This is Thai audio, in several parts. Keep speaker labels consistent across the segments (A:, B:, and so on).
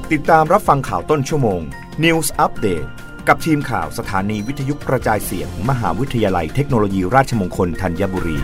A: ติดตามรับฟังข่าวต้นชั่วโมง News Update กับทีมข่าวสถานีวิทยุกระจายเสียง มหาวิทยาลัยเทคโนโลยีราชมงคลธัญบุรี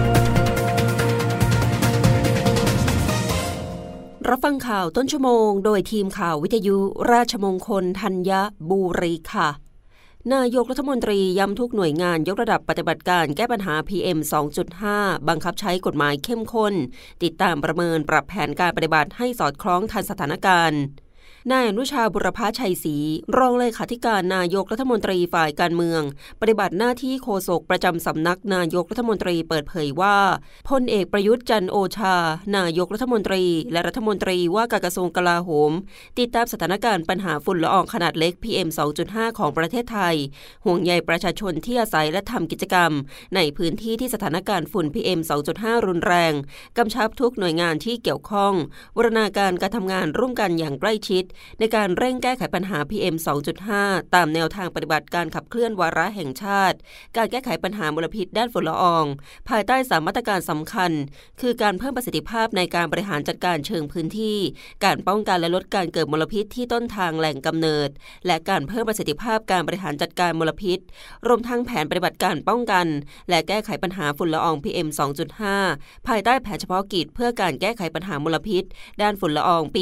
B: รับฟังข่าวต้นชั่วโมงโดยทีมข่าววิทยุราชมงคลธัญบุรีค่ะนายกรัฐมนตรีย้ำทุกหน่วยงานยกระดับปฏิบัติการแก้ปัญหา PM 2.5 บังคับใช้กฎหมายเข้มข้นติดตามประเมินปรับแผนการปฏิบัติให้สอดคล้องทันสถานการณ์นายอนุชาบุรพชัยศรีรองเลขาธิการนายกรัฐมนตรีฝ่ายการเมืองปฏิบัติหน้าที่โฆษกประจำสำนักนายกรัฐมนตรีเปิดเผยว่าพลเอกประยุทธ์จันทร์โอชานายกรัฐมนตรีและรัฐมนตรีว่าการกระทรวงกลาโหมติดตามสถานการณ์ปัญหาฝุ่นละอองขนาดเล็ก PM 2.5 ของประเทศไทยห่วงใยประชาชนที่อาศัยและทำกิจกรรมในพื้นที่ที่สถานการณ์ฝุ่น PM 2.5 รุนแรงกำชับทุกหน่วยงานที่เกี่ยวข้องบูรณาการการทำงานร่วมกันอย่างใกล้ชิดในการเร่งแก้ไขปัญหา PM 2.5 ตามแนวทางปฏิบัติการขับเคลื่อนวาระแห่งชาติการแก้ไขปัญหามลพิษด้านฝุ่นละอองภายใต้3มาตรการสำคัญคือการเพิ่มประสิทธิภาพในการบริหารจัดการเชิงพื้นที่การป้องกันและลดการเกิดมลพิษที่ต้นทางแหล่งกำเนิดและการเพิ่มประสิทธิภาพการบริหารจัดการมลพิษรวมทั้งแผนปฏิบัติการป้องกันและแก้ไขปัญหาฝุ่นละออง PM 2.5 ภายใต้แผนเฉพาะกิจเพื่อการแก้ไขปัญหามลพิษด้านฝุ่นละอองปี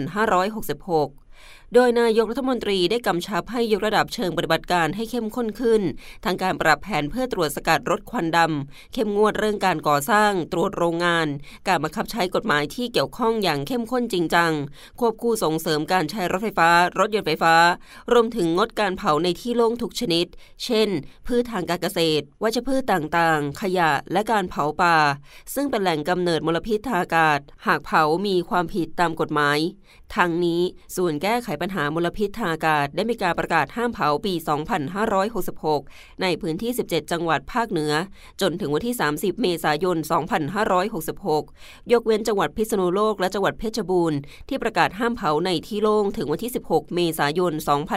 B: 2566โดยนายกรัฐมนตรีได้กำชับให้ยกระดับเชิงปฏิบัติการให้เข้มข้นขึ้นทั้งการปรับแผนเพื่อตรวจสกัดรถควันดำเข้มงวดเรื่องการก่อสร้างตรวจโรงงานการบังคับใช้กฎหมายที่เกี่ยวข้องอย่างเข้มข้นจริงจังควบคู่ส่งเสริมการใช้รถไฟฟ้ารถยนต์ไฟฟ้ารวมถึงงดการเผาในที่โล่งทุกชนิดเช่นพืชทางการเกษตรวัชพืชต่างๆขยะและการเผาป่าซึ่งเป็นแหล่งกำเนิดมลพิษทางอากาศหากเผามีความผิดตามกฎหมายทั้งนี้ส่วนแก้ไขปัญหามลพิษทางอากาศได้มีการประกาศห้ามเผาปี 2566 ในพื้นที่ 17 จังหวัดภาคเหนือจนถึงวันที่ 30 เมษายน 2566 ยกเว้นจังหวัดพิษณุโลกและจังหวัดเพชรบูรณ์ที่ประกาศห้ามเผาในที่โล่งถึงวันที่ 16 เมษายน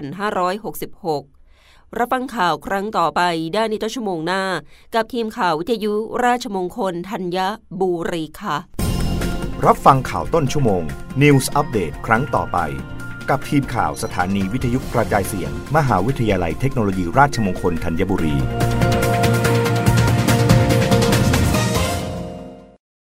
B: 2566 รับฟังข่าวครั้งต่อไปได้ในต้นชั่วโมงหน้ากับทีมข่าววิทยุราชมงคลธัญบุรีค่ะ
A: รับฟังข่าวต้นชั่วโมง News Update ครั้งต่อไปกับทีมข่าวสถานีวิทยุกระจายเสียง มหาวิทยาลัยเทคโนโลยีราชมงคลธัญบุรี